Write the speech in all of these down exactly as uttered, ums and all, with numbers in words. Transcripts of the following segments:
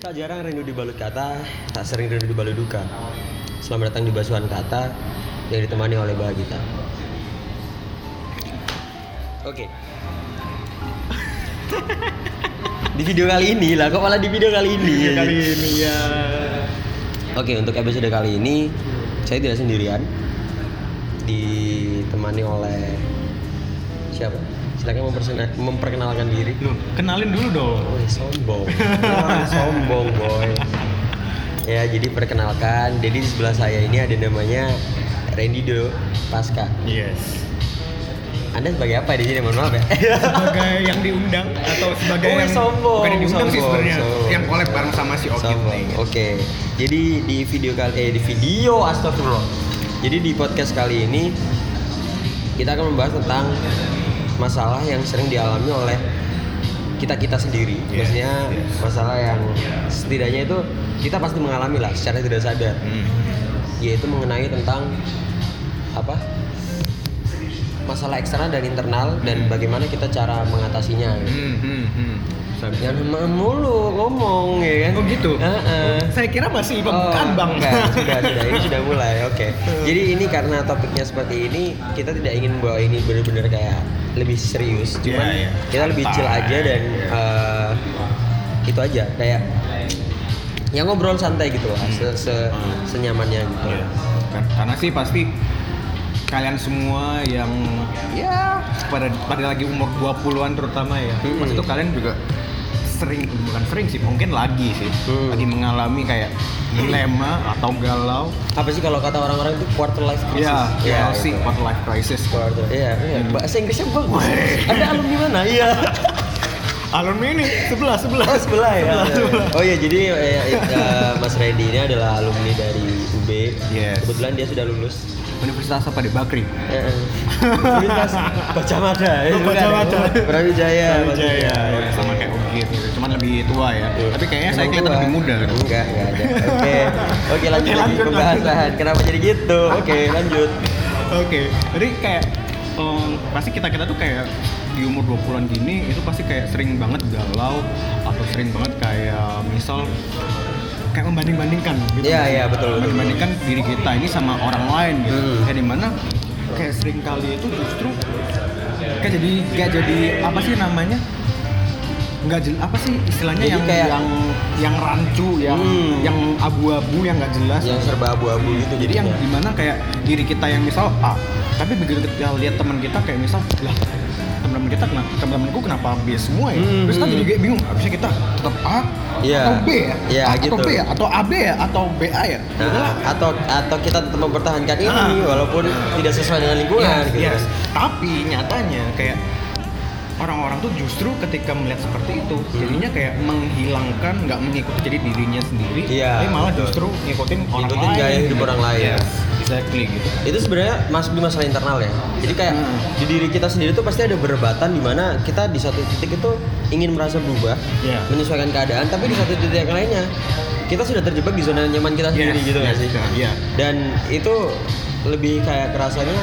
Tak jarang rindu dibalut kata, tak sering rindu dibalut duka. Selamat datang di Basuhan Kata yang ditemani oleh Bahagita. Oke. Di video kali ini lah, kok malah di video kali ini? Video kali ini ya. Oke, untuk episode kali ini saya tidak sendirian. Ditemani oleh siapa? Silakan mempersen- memperkenalkan diri. Loh, kenalin dulu dong. Wih, sombong. Orang sombong, boy. Ya, jadi perkenalkan. Jadi di sebelah saya ini ada namanya Rendido Pasca. Yes. Anda sebagai apa di sini? Mohon maaf ya. Sebagai yang diundang atau sebagai Oh, yang sombong, bukan yang diundang sih sombong, sebenarnya. sombong. Yang collab bareng sama si Ogit Sombong. nih. Oke. Jadi di video kali eh di video astagfirullah. Jadi di podcast kali ini kita akan membahas tentang masalah yang sering dialami oleh kita-kita sendiri. Yes, Maksudnya yes. masalah yang setidaknya itu kita pasti mengalami lah secara tidak sadar. Hmm. Yaitu mengenai tentang apa? Masalah eksternal dan internal dan bagaimana kita cara mengatasinya. Hmm, hmm, hmm. Jangan emang mulu ngomong ya kan? Oh gitu? Heeh. Saya kira masih pembukaan Oh, bang. enggak, sudah, sudah, ini sudah mulai, oke. Jadi ini karena topiknya seperti ini, kita tidak ingin bahwa ini benar-benar kayak lebih serius, cuman Iya, iya. kita lebih chill Santai. aja dan eh, itu aja, kayak yang ngobrol santai gitu lah, se- se- Hmm. senyamannya gitu. Iya. Kar- Karena sih pasti kalian semua yang ya pada pada lagi umur dua puluhan terutama ya. Hmm. Pas itu kalian juga sering bukan sering sih, mungkin lagi sih. Hmm. Lagi mengalami kayak dilema atau galau. Apa sih kalau kata orang-orang itu quarter life crisis? Iya, ya, sih itu. quarter life crisis. Quarter, iya, iya. Hmm. Bahasa Inggrisnya bagus. Weh. Ada alumni mana? Iya. Alumni ini sebelah sebelah. Oh sebelah ya. Sebelah, sebelah. Oh iya, jadi eh, eh, Mas Randy ini adalah alumni dari U B. Yes. Kebetulan dia sudah lulus. Universitas apa di Bakri? Eh, eh. Universitas Gajah Mada. eh, Oh, bukan, Gajah ya. Mada. Brawijaya. Brawijaya, maksudnya. ya, sama kayak Ogit gitu. Cuman lebih tua ya. Iya. Tapi kayaknya saya Emang kelihatan tua. lebih muda kan. Enggak, enggak ada. Oke. Oke, lanjut Oke, lagi lanjut, pembahasan. Kenapa jadi gitu? Oke, lanjut. Oke, jadi kayak em, pasti kita-kita tuh kayak di umur dua puluhan gini itu pasti kayak sering banget galau atau sering banget kayak misal kayak membanding-bandingkan gitu. Iya, iya, betul, betul, Membanding-bandingkan diri kita ini sama orang lain gitu. Hmm. Kayak dimana kayak sering kali itu justru kayak jadi kayak jadi apa sih namanya? Nggak jel, apa sih istilahnya Jadi yang kayak- yang yang rancu, yang Hmm. yang abu-abu yang nggak jelas. Yang serba abu-abu gitu Jadi yang jadinya. dimana kayak diri kita yang misal A, tapi begitu kita lihat teman kita kayak misal lah teman-teman kita kenapa teman-temanku kenapa B semua ya? Hmm, Terus kan hmm. jadi kayak bingung, habisnya kita tetap A Iya. atau B ya? Iya, A atau gitu. B ya? Atau A B ya? Atau B A ya? Nah, atau atau kita tetap mempertahankan ini Ah. walaupun tidak sesuai dengan lingkungan Yes, gitu. yes. Tapi nyatanya kayak orang-orang tuh justru ketika melihat seperti itu jadinya kayak menghilangkan, nggak mengikuti jadi dirinya sendiri, Iya, tapi malah betul. justru ngikutin orang Ngikutin lain. gaya hidup orang lain. Yes, exactly gitu. Itu sebenarnya masuk di masalah internal ya. Jadi kayak Hmm. di diri kita sendiri tuh pasti ada perdebatan di mana kita di satu titik itu ingin merasa berubah, Iya. menyesuaikan keadaan, tapi di satu titik yang lainnya kita sudah terjebak di zona nyaman kita sendiri Yes, gitu nggak yes, sih? Iya. Dan itu lebih kayak kerasanya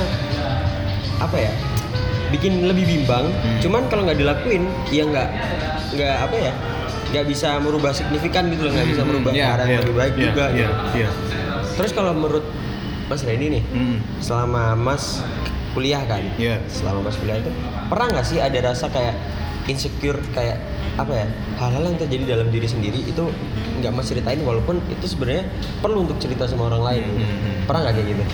apa ya? Bikin lebih bimbang. Hmm. Cuman kalau nggak dilakuin, ya nggak nggak apa ya? Nggak bisa merubah signifikan gitu loh, nggak bisa merubah Iya, keadaan iya, lebih baik iya, juga. Iya, gitu. iya. Terus kalau menurut Mas Randy nih, Hmm. selama Mas kuliah kan, Iya. selama Mas kuliah itu pernah nggak sih ada rasa kayak insecure, kayak apa ya, hal-hal yang terjadi dalam diri sendiri itu nggak Mas ceritain walaupun itu sebenarnya perlu untuk cerita sama orang lain. Hmm, hmm, hmm. Pernah nggak kayak gitu?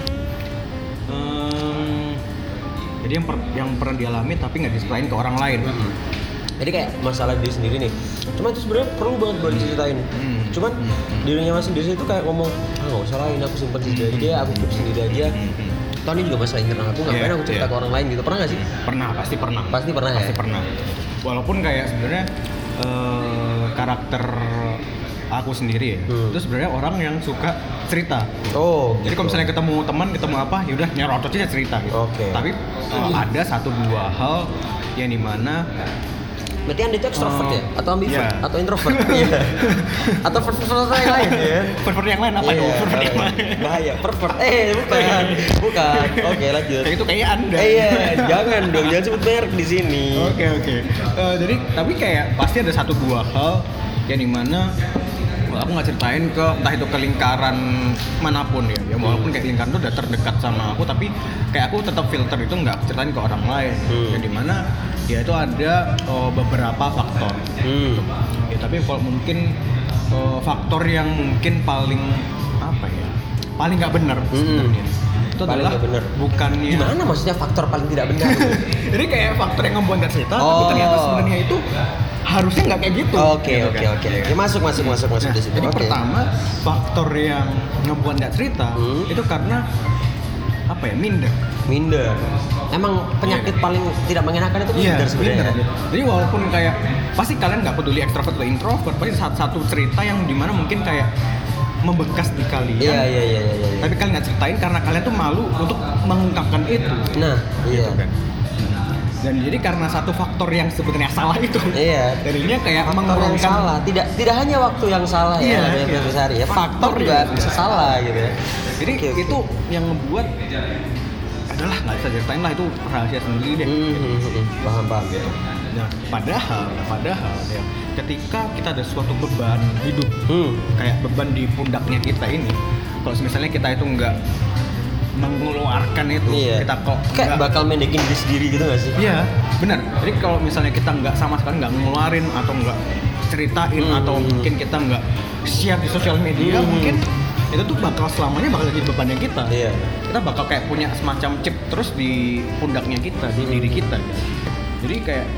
Hmm, jadi yang per, yang pernah dialami tapi nggak diserahin ke orang lain. Jadi kayak masalah diri sendiri nih, cuma itu sebenarnya perlu banget buat diceritain. Hmm. Cuman Hmm. dirinya Mas sendiri itu kayak ngomong, ah nggak usah lah, ini aku simpan sendiri aja, aku keep sendiri aja. Hmm, hmm. Toh ini juga masalah internal aku, ngapain Iya, aku cerita iya. ke orang lain gitu? Pernah nggak sih? Pernah, pasti pernah. Pasti pernah ya? Pasti pernah. Walaupun kayak sebenarnya eh, karakter aku sendiri ya, Hmm. itu sebenarnya orang yang suka cerita. Oh, Jadi kalau misalnya ketemu teman, ketemu apa, yaudah nyerotot aja cerita gitu. Oke. Tapi eh, ada satu dua hal yang dimana berarti Anda itu extrovert Oh, ya? Atau ambivert? iya. Atau introvert? Iya. Atau pervert yang lain ya? pervert yang lain apa Iya, tuh? Pervert yang oh, lain. bahaya, pervert. Eh, bukan. Bukan. Oke, lanjut. Kayak itu kayak Anda. Eh, iya, jangan dong, jangan sebut merek di sini. Oke oke. Eh, jadi tapi kayak pasti ada satu dua hal yang dimana aku nggak ceritain ke entah itu ke lingkaran manapun ya, ya walaupun kayak lingkaran itu udah terdekat sama aku, tapi kayak aku tetap filter itu nggak ceritain ke orang lain. Hmm. Yang dimana ya itu ada uh, beberapa faktor. Hmm. Ya, tapi kalau mungkin uh, faktor yang mungkin paling apa ya, paling nggak benar sebenarnya. Hmm. Itu paling adalah bener. bukannya gimana maksudnya faktor paling tidak benar? Jadi kayak faktor yang membuat nggak cerita, oh. tapi ternyata sebenarnya itu harusnya nggak kayak gitu. Oke oke oke. Masuk masuk masuk masuk nah, di situ. Jadi okay. pertama faktor yang ngebuat nggak cerita hmm. itu karena apa ya, minder. Minder. Emang penyakit yeah. paling tidak mengenakan itu minder yeah, sebenarnya. Minder. Jadi walaupun kayak pasti kalian nggak peduli ekstrovert atau introvert, pasti satu cerita yang dimana mungkin kayak membekas di kalian. Iya iya iya iya. Ya. Tapi kalian nggak ceritain karena kalian tuh malu untuk mengungkapkan itu. Nah, iya. Gitu kan. Dan jadi karena satu faktor yang sebenarnya salah itu. Iya. Jadinya kayak faktor yang salah. Tidak tidak hanya waktu yang salah iya, ya, iya. besar ya. Faktor, faktor juga ya. bisa salah gitu ya. Jadi okay, itu okay. yang membuat adalah nggak bisa ceritain lah, itu rahasia sendiri deh. Mm-hmm. Paham paham gitu. Nah, padahal padahal ya ketika kita ada suatu beban hidup, hmm. kayak beban di pundaknya kita ini, kalau misalnya kita itu nggak mengeluarkan itu, iya. kita kok kayak bakal mendekin diri sendiri gitu nggak sih? Iya, benar. Jadi kalau misalnya kita nggak sama sekali nggak ngeluarin atau nggak ceritain hmm. atau mungkin kita nggak share di sosial media, hmm. mungkin itu tuh bakal selamanya bakal jadi bebannya kita. Iya. Kita bakal kayak punya semacam chip terus di pundaknya kita, di hmm. diri kita. Gitu. Jadi kayak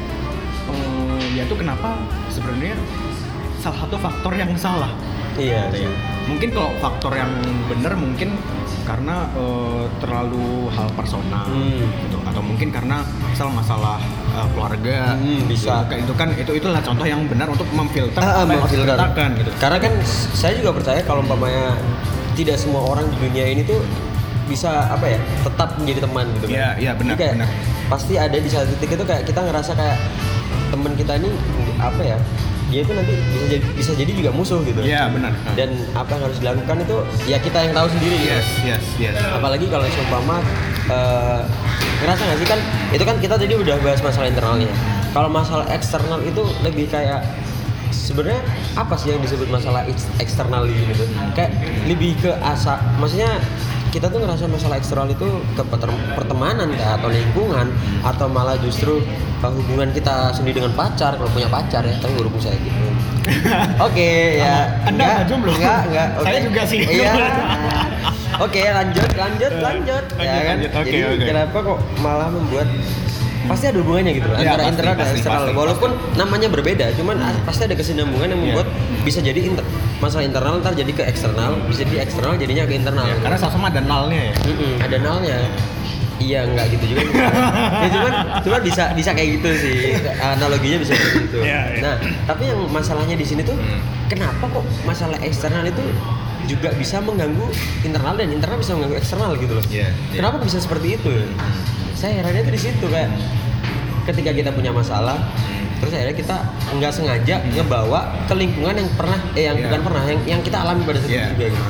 um, ya itu kenapa sebenarnya salah satu faktor yang salah. Iya. Gitu ya. Mungkin kalau faktor yang benar mungkin karena uh, terlalu hal personal, hmm. gitu. Atau mungkin karena misal masalah uh, keluarga, hmm, bisa. Gitu. Itu kan itu itulah contoh yang benar untuk memfilter ah, apa yang harus diceritakan gitu. Karena kan saya juga percaya kalau umpamanya tidak semua orang di dunia ini tuh bisa apa ya tetap menjadi teman gitu kan. Iya iya benar. Kayak, benar. Pasti ada di satu titik itu kayak kita ngerasa kayak teman kita ini apa ya? Dia itu nanti bisa jadi bisa jadi juga musuh gitu. Iya benar. Dan apa yang harus dilakukan itu ya kita yang tahu sendiri. Yes gitu. yes yes. Apalagi kalau seumpama uh, ngerasa nggak sih kan itu kan kita tadi udah bahas masalah internalnya. Kalau masalah eksternal itu lebih kayak sebenarnya apa sih yang disebut masalah eksternal ini gitu? Kayak lebih ke asa, maksudnya kita tuh ngerasa masalah eksternal itu ke pertemanan kah, atau lingkungan, atau malah justru hubungan kita sendiri dengan pacar kalau punya pacar ya, tapi berhubung saya gitu. Oke okay, ya. Anda enggak, jomblo? Enggak, enggak. Okay. Saya juga sih. Iya. Oke, okay, lanjut, lanjut, lanjut. lanjut ya kan. Lanjut. Okay, Jadi okay. kenapa kok malah membuat pasti ada hubungannya gitu ya, antara pasti, internal dan eksternal. Walaupun pasti. namanya berbeda, cuman hmm. pasti ada kesinambungan yang membuat yeah. bisa jadi inter- masalah internal ntar jadi ke eksternal, bisa jadi eksternal jadinya ke internal. Yeah, karena sama-sama ada nalnya ya. Mm-mm, ada nalnya. Iya nggak gitu juga. ya cuman cuman bisa bisa kayak gitu sih. Analoginya bisa kayak gitu. Yeah, yeah. Nah, tapi yang masalahnya di sini tuh hmm. kenapa kok masalah eksternal itu juga bisa mengganggu internal dan internal bisa mengganggu eksternal gitu loh. Yeah, yeah. Kenapa bisa seperti itu? Hmm. Saya herannya tuh di situ kayak ketika kita punya masalah, terus akhirnya kita nggak sengaja ngebawa ke lingkungan yang pernah, eh yang yeah. bukan pernah, yang yang kita alami pada saat yeah. itu juga.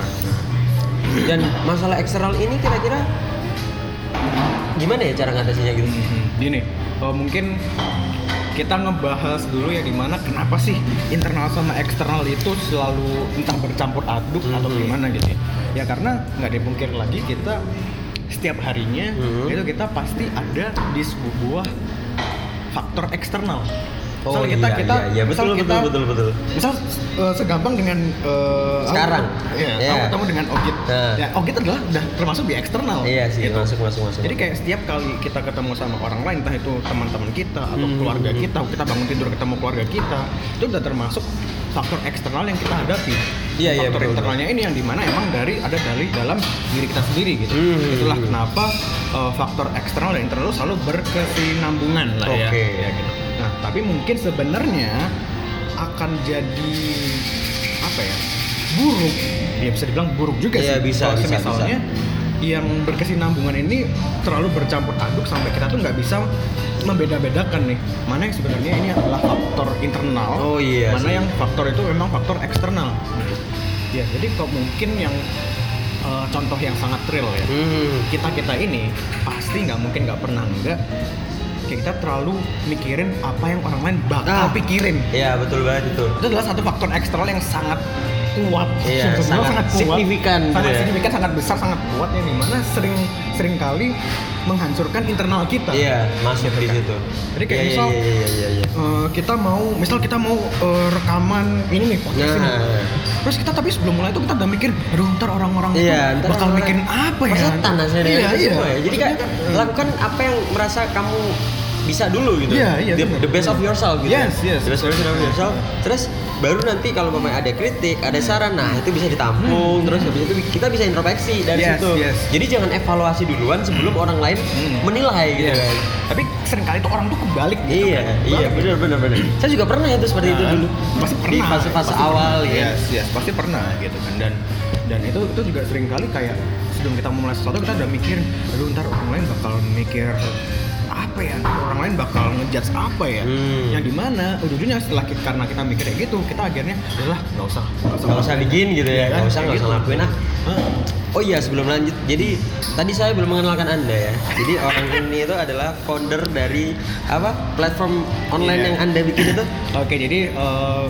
Dan masalah eksternal ini kira-kira gimana ya cara ngatasinya gitu? Gini, uh, mungkin kita ngebahas dulu ya dimana kenapa sih internal sama eksternal itu selalu entah bercampur aduk mm-hmm. atau gimana gitu. Ya karena nggak dipungkir lagi kita setiap harinya mm-hmm. itu kita pasti ada di sebuah faktor eksternal. Oh misal kita, iya, kita, iya, iya. Betul, misal kita, betul, betul, betul. Misal uh, segampang dengan uh, sekarang, ya, yeah. kamu ketemu dengan objek. Nah. Ya, objek adalah udah termasuk di eksternal. Iya sih, gitu. masuk, masuk, masuk. Jadi kayak setiap kali kita ketemu sama orang lain, entah itu teman-teman kita atau hmm. keluarga kita, kita bangun tidur ketemu keluarga kita, itu udah termasuk faktor eksternal yang kita hadapi. Iya, iya, faktor betul, internalnya betul. Ini yang dimana emang dari ada dari dalam diri kita sendiri gitu. Hmm. Itulah kenapa uh, faktor eksternal dan internal selalu berkesinambungan lah okay. ya. ya gitu. Nah, tapi mungkin sebenarnya akan jadi apa ya? Buruk. Ya bisa dibilang buruk juga ya, sih. Bisa, Kalau bisa, misalnya bisa. yang berkesinambungan ini terlalu bercampur aduk sampai kita tuh nggak bisa membeda-bedakan nih mana yang sebenarnya ini adalah faktor internal, oh, iya, mana sih. yang faktor itu memang faktor eksternal. Ya, jadi kok mungkin yang uh, contoh yang sangat real ya. Hmm. Kita kita ini pasti nggak mungkin nggak pernah nggak kita terlalu mikirin apa yang orang lain bakal ah, pikirin. Iya betul banget itu. Itu adalah satu faktor eksternal yang sangat kuat, Iya, sebenarnya sangat sangat kuat, signifikan gitu sangat ya. signifikan, sangat besar, sangat kuat yang dimana sering sering kali menghancurkan internal kita. Iya, masuk di Kan? situ. Jadi kayak Iya, misal iya, iya, iya, iya. eh, kita mau, misal kita mau eh, rekaman ini nih podcast ini. Nah, Terus kita tapi sebelum mulai itu kita udah mikir, aduh ntar orang-orang itu iya, ntar bakal orang- mikirin apa ya? persetan hasilnya dengan Iya, itu iya. semua ya. Jadi kayak Maksudnya kan, lakukan apa yang merasa kamu bisa dulu gitu. Iya, iya, The, benar. the best of yourself gitu. Yes, yes. The best version of yourself. Terus baru nanti kalau memang ada kritik, ada saran, nah itu bisa ditampung. Terus habis itu kita bisa introspeksi dari Yes, situ. yes. Jadi jangan evaluasi duluan sebelum orang lain Hmm. menilai gitu Iya. kan. Tapi sering kali tuh orang tuh kebalik gitu. Iya, kan. iya, Balik. benar benar benar. Saya juga pernah itu seperti itu Nah, dulu. Pasti pernah. Di fase-fase Pasti awal pernah. ya. Yes, yes, pasti pernah gitu kan. Dan dan itu itu juga sering kali kayak sebelum kita memulai sesuatu kita udah mikir, aduh ntar orang lain bakal mikir apa ya, ntar orang lain bakal ngejudge apa ya. Hmm. Yang dimana ujung-ujungnya setelah kita, karena kita mikir kayak gitu, kita akhirnya udahlah nggak usah Nggak usah bikin gitu ya, nggak usah nggak usah lakuin ah. Heeh. Oh iya, sebelum lanjut, jadi tadi saya belum mengenalkan Anda ya. Jadi orang ini itu adalah founder dari apa platform online Iya. yang Anda bikin itu. Oke, jadi eh,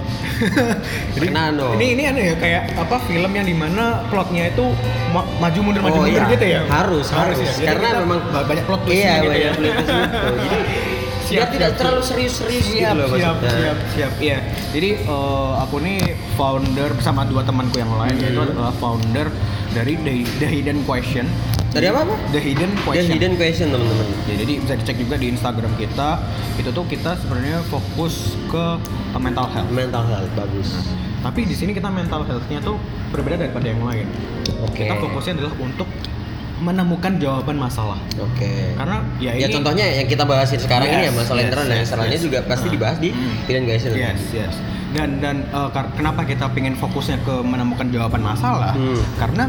jadi Perkenalan dong. ini ini aneh ya, kayak apa film yang dimana plotnya itu ma- maju mundur maju Oh mundur iya, gitu ya. harus harus, ya. Jadi karena kita memang ba- banyak plot twist iya gitu banyak ya. plot twist gitu. Jadi Siap, biar tidak siap, terlalu siap. serius-serius gitu Siap, loh siap, maksudnya. siap, siap, iya. Jadi eh, aku nih founder bersama dua temanku yang lain, Hmm. yaitu adalah founder dari The, The Hidden Question. Dari apa apa? The Hidden Dan Question. hidden question teman-teman. Ya, jadi bisa dicek juga di Instagram kita. Itu tuh kita sebenarnya fokus ke eh, mental health. Mental health bagus. Tapi di sini kita mental health-nya tuh berbeda daripada yang lain. Oke. Kita fokusnya adalah untuk menemukan jawaban masalah. Oke. Karena ya Ya ini contohnya yang kita bahasin sekarang ini ya Yes, masalah yes, internal dan yes, eksternalnya yes. juga pasti Ah. dibahas di Hmm. hidden question. Yes, yes. Dan dan uh, kar- kenapa kita pengen fokusnya ke menemukan jawaban masalah? Hmm. Karena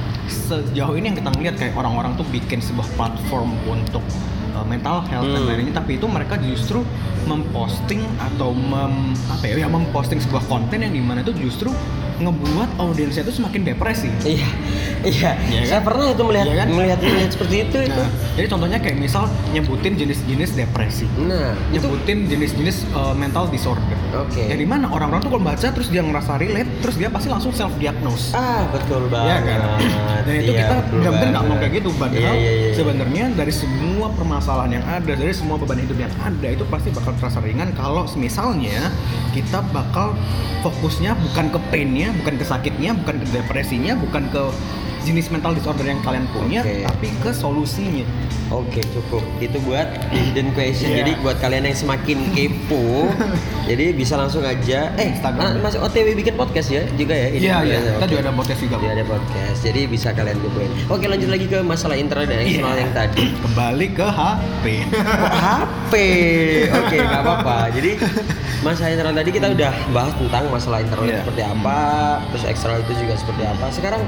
sejauh ini yang kita ngeliat kayak orang-orang tuh bikin sebuah platform untuk uh, mental health dan Hmm. lain-lainnya, tapi itu mereka justru memposting atau mem, apa ya, ya memposting sebuah konten yang dimana itu justru ngebuat audiensnya itu semakin depresi. Iya, iya. Iya Saya kan? pernah itu melihat Iya kan? melihat melihat seperti itu itu. Nah, jadi contohnya kayak misal nyebutin jenis-jenis depresi. Nah, itu Nyebutin jenis-jenis uh, mental disorder. Oke. Jadi mana orang-orang tuh kalau baca terus dia ngerasa relate, terus dia pasti langsung self diagnose. ah betul Iya banget. kan? Dan itu Iya, kita betul benar-benar nggak mau banget. kayak gitu. Padahal Iya, iya, iya. sebenarnya dari semua permasalahan yang ada, dari semua beban hidup yang ada, itu pasti bakal terasa ringan kalau misalnya kita bakal fokusnya bukan ke pain-nya, bukan ke sakitnya, bukan ke depresinya, bukan ke jenis mental disorder yang kalian punya, Oke. tapi ke solusinya. Oke, cukup. Itu buat hidden question. Iya. Jadi buat kalian yang semakin kepo, jadi bisa langsung aja eh Instagram. ah, masih O T W bikin podcast ya juga ya. Hidden Iya, iya. question. Kita Oke. juga ada podcast juga. Iya, ada podcast. Jadi bisa kalian kepoin. Oke, lanjut lagi ke masalah internal dan eksternal Iya. yang tadi. Kembali ke H P. Kok H P? Oke, nggak apa-apa. Jadi masalah internal tadi kita udah bahas tentang masalah internal Iya. seperti apa, terus eksternal itu juga seperti apa. Sekarang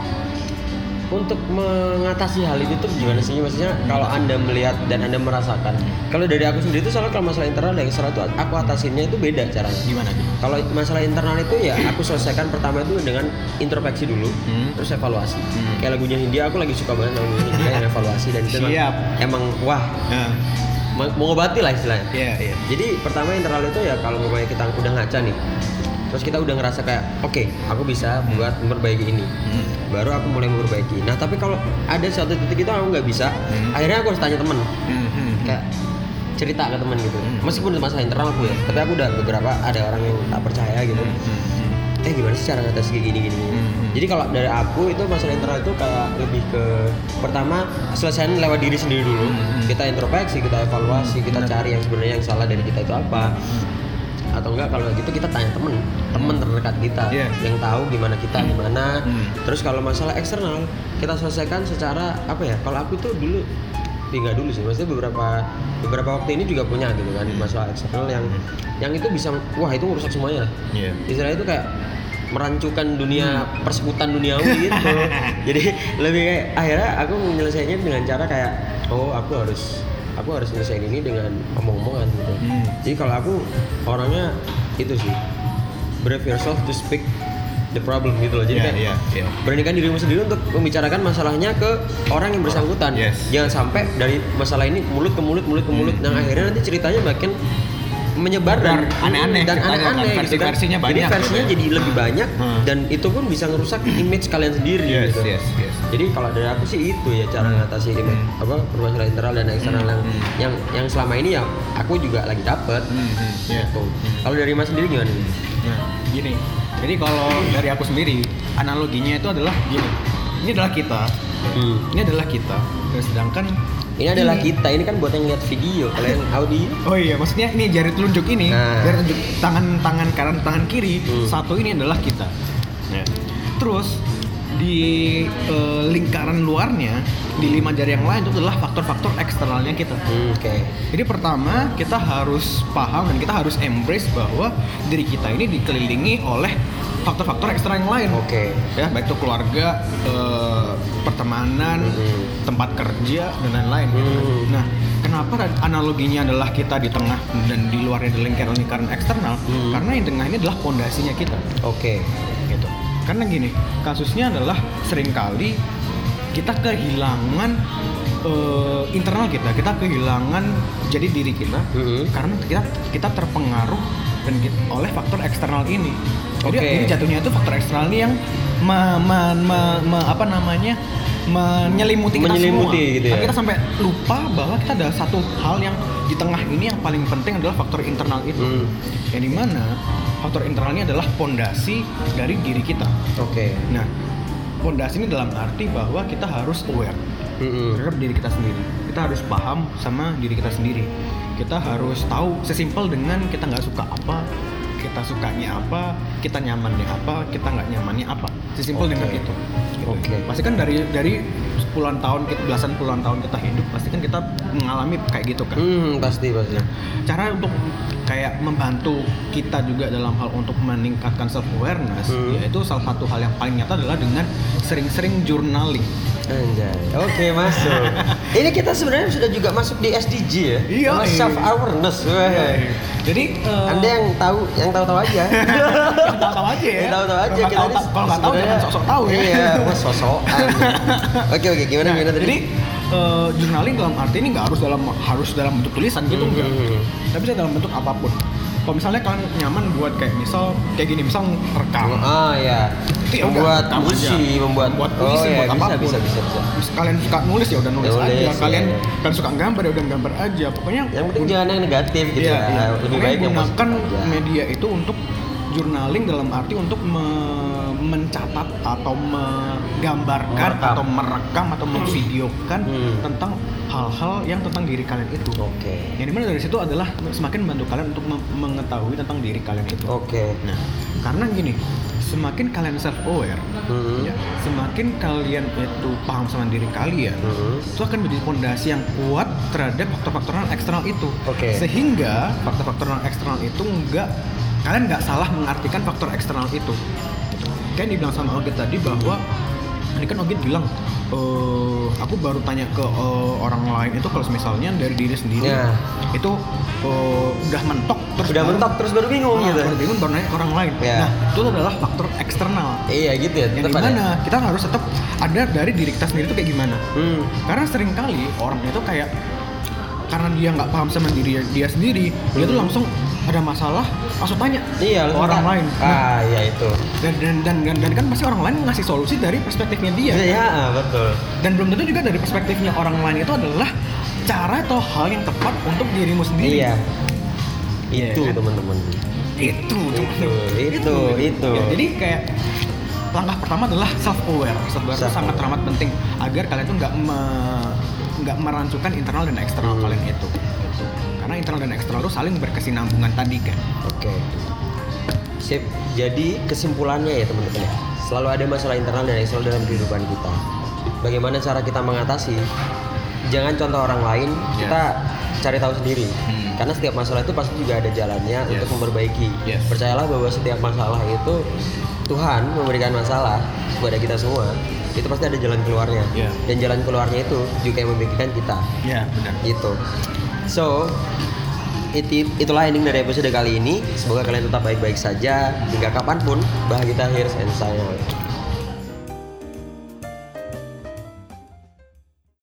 untuk mengatasi hal itu tuh gimana sih? Maksudnya kalau Anda melihat dan Anda merasakan. Kalau dari aku sendiri tuh soalnya kalau masalah internal dan eksternal itu aku atasinnya itu beda caranya. Gimana tuh? Kalau masalah internal itu ya aku selesaikan pertama itu dengan introspeksi dulu, Hmm. terus evaluasi. Hmm. Kayak lagunya Hindia, aku lagi suka banget lagunya Hindia yang evaluasi dan itu emang, Siap. emang wah Nah, ma- mengobati lah istilahnya. iya, iya. Jadi pertama internal itu ya kalau misalnya kita udah ngaca nih, terus kita udah ngerasa kayak oke aku bisa buat memperbaiki ini, Hmm. baru aku mulai memperbaiki. Nah tapi kalau ada suatu titik itu aku nggak bisa, Hmm. akhirnya aku harus tanya temen, Hmm, hmm, kayak cerita ke temen gitu. Hmm. Meskipun itu masalah internal aku ya, tapi aku udah beberapa ada orang yang tak percaya gitu. hmm, hmm, hmm. Eh gimana sih cara ngatasi kayak gini gini? gini. Hmm. Jadi kalau dari aku itu masalah internal itu kayak lebih ke pertama selesaiin lewat diri sendiri dulu. Hmm. Kita introspeksi, kita evaluasi, kita Benar. cari yang sebenarnya yang salah dari kita itu apa. Atau enggak kalau gitu kita tanya temen, temen terdekat kita Iya. yang tahu gimana kita gimana. Hmm. Terus kalau masalah eksternal kita selesaikan secara apa ya? Kalau aku tuh dulu ya nggak dulu sih, maksudnya beberapa beberapa waktu ini juga punya gitu kan masalah eksternal yang yang itu bisa wah itu merusak semuanya lah. Iya. Istilahnya itu kayak merancukan dunia persekutan duniawi gitu. Jadi lebih kayak akhirnya aku menyelesaikannya dengan cara kayak oh aku harus aku harus nyelesain ini dengan omong-omongan gitu. Hmm. Jadi kalau aku orangnya itu sih brave yourself to speak the problem gitu loh. Jadi Iya, kayak iya, iya. beranikan dirimu sendiri untuk membicarakan masalahnya ke orang yang bersangkutan. Yes. Jangan sampai dari masalah ini mulut ke mulut, mulut ke mulut, Hmm. yang akhirnya nanti ceritanya makin menyebar dan aneh-aneh dan ceritanya kan, aneh-aneh gitu kan. versi-versinya banyak Jadi versinya gitu ya. jadi lebih banyak Hmm. dan itu pun bisa ngerusak image kalian sendiri Yes, gitu. yes, yes. Jadi kalau dari aku sih itu ya cara Hmm. mengatasi image Hmm. apa permasalahan internal dan eksternal Hmm. yang, Hmm. yang yang selama ini ya aku juga lagi dapet. Hmm, hmm, yeah. Gitu. Kalau dari Mas sendiri gimana nih? Nah, gini. Jadi kalau dari aku sendiri, analoginya itu adalah gini. Ini adalah kita. Hmm. Ini adalah kita. Dan sedangkan Ini adalah kita, ini kan buat yang lihat video, kalian audio. Oh iya, maksudnya ini jari telunjuk ini, Nah. jari telunjuk tangan tangan kanan, tangan kiri, Hmm. satu ini adalah kita. Ya. Terus di eh, lingkaran luarnya, di lima jari yang lain itu adalah faktor-faktor eksternalnya kita. Hmm, Oke. Jadi pertama kita harus paham dan kita harus embrace bahwa diri kita ini dikelilingi oleh faktor-faktor eksternal yang lain. Oke. Ya, baik itu keluarga, eh, pertemanan, Mhm. tempat kerja dan lain-lain. Mhm. Nah, kenapa analoginya adalah kita di tengah dan di luarnya ada lingkaran-lingkaran eksternal? Mhm. Karena yang tengah ini adalah pondasinya kita. Oke. Gitu. Karena gini, kasusnya adalah seringkali kita kehilangan eh, internal kita, kita kehilangan jadi diri kita Mhm. karena kita kita terpengaruh dan kita- oleh faktor eksternal ini. Jadi, Oke. jadi jatuhnya itu faktor eksternal ini yang me- me- me- me- apa namanya menyelimuti kita Menyelimuti semua. gitu ya. Tapi kita sampai lupa bahwa kita ada satu hal yang di tengah ini yang paling penting adalah faktor internal itu. Hmm. Yang dimana faktor internalnya adalah pondasi dari diri kita. Oke. Nah, pondasi ini dalam arti bahwa kita harus aware Mm-mm. terhadap diri kita sendiri. Kita harus paham sama diri kita sendiri. Kita harus tahu sesimpel dengan kita nggak suka apa, kita sukanya apa, kita nyamannya apa, kita nggak nyamannya apa. Sesimpel Oke. dengan itu. Gitu. Oke. Pasti kan dari dari puluhan tahun, belasan puluhan tahun kita hidup, pasti kan kita mengalami kayak gitu kan. Hmm, pasti pasti. Cara untuk kayak membantu kita juga dalam hal untuk meningkatkan self awareness, Hmm. yaitu salah satu hal yang paling nyata adalah dengan sering-sering journaling. Anjay. Oke, masuk. Ini kita sebenarnya sudah juga masuk di S D G ya. Iya, iya. Self awareness. Jadi eh, Anda yang tahu, yang tahu-tahu aja. yang tahu-tahu aja ya. Yang tahu-tahu aja Kalau kita nggak ini tahu- kalau nggak tahu jangan sebenarnya- sok-sok tahu ya. Iya, wah sosokan. Oke oke, gimana Nah, gimana tadi? jadi eh, journaling dalam arti ini nggak harus dalam harus dalam bentuk tulisan gitu Hmm. enggak. Tapi bisa dalam bentuk apapun. Kalau misalnya kalian nyaman buat kayak misal kayak gini, misal rekam. Ah ya. Tapi ya udah, Membuat rekam puisi, aja. membuat Membuat oh, puisi, ya, buat bisa, apapun. bisa bisa bisa. Terus kalian suka nulis ya udah nulis, Nulis, aja. ya. Kalian kalian suka gambar ya udah gambar aja. Pokoknya Yang penting jangan yang negatif gitu iya, ya. iya. Lebih Pokoknya baik yang gunakan positif aja. media itu untuk journaling dalam arti untuk me- mencatat atau menggambarkan Merekam. atau merekam atau memvideokan Hmm. tentang hal-hal yang tentang diri kalian itu. Oke. Yang dimana dari situ adalah semakin membantu kalian untuk mem- mengetahui tentang diri kalian itu. Oke. Nah, karena gini, semakin kalian self aware, Hmm. ya, semakin kalian itu paham sama diri kalian, Hmm. itu akan menjadi pondasi yang kuat terhadap faktor-faktor eksternal itu. Oke. Sehingga faktor-faktor eksternal itu enggak, kalian nggak salah mengartikan faktor eksternal itu. Kan dibilang sama Ogit tadi bahwa ini kan Ogit bilang, "Eh, aku baru tanya ke eh, orang lain itu kalau misalnya dari diri sendiri Ya. itu eh, udah mentok terus Udah baru- mentok terus baru bingung Nah, gitu. baru bingung baru nanya ke orang lain. Ya. Nah, itu adalah faktor eksternal. Iya gitu ya. Yang tetap ada. dimana kita harus tetap ada dari diri kita sendiri itu kayak gimana. Hmm. Karena seringkali orang itu kayak karena dia nggak paham sama diri dia sendiri, dia tuh Hmm. langsung ada masalah langsung tanya Iya, ke lu orang suka. lain. Nah, Ah, iya itu. dan, dan dan dan dan kan pasti orang lain ngasih solusi dari perspektifnya dia. Iya, ah, betul. Dan belum tentu juga dari perspektifnya orang lain itu adalah cara atau hal yang tepat untuk dirimu sendiri. Iya. Iya, Itu kan? teman-teman. Itu, Itu, itu, itu. Ya, jadi kayak langkah pertama adalah self aware. Self aware itu Self-aware. sangat teramat penting agar kalian tuh nggak me- nggak merancukan internal dan eksternal Hmm. kalian itu. Karena internal dan eksternal itu saling berkesinambungan tadi kan. Oke. Sip. Jadi kesimpulannya ya teman-teman ya. Selalu ada masalah internal dan eksternal dalam kehidupan kita. Bagaimana cara kita mengatasi? Jangan contoh orang lain, Yes. kita cari tahu sendiri. Hmm. Karena setiap masalah itu pasti juga ada jalannya Yes. untuk memperbaiki. Yes. Percayalah bahwa setiap masalah itu Tuhan memberikan masalah kepada kita semua. Itu pasti ada jalan keluarnya. Yeah. Dan jalan keluarnya itu juga yang membagikan kita. Ya benar. Gitu. So, itu, itulah ending dari episode kali ini. Semoga kalian tetap baik-baik saja hingga kapanpun. Bahagia akhir and sign out.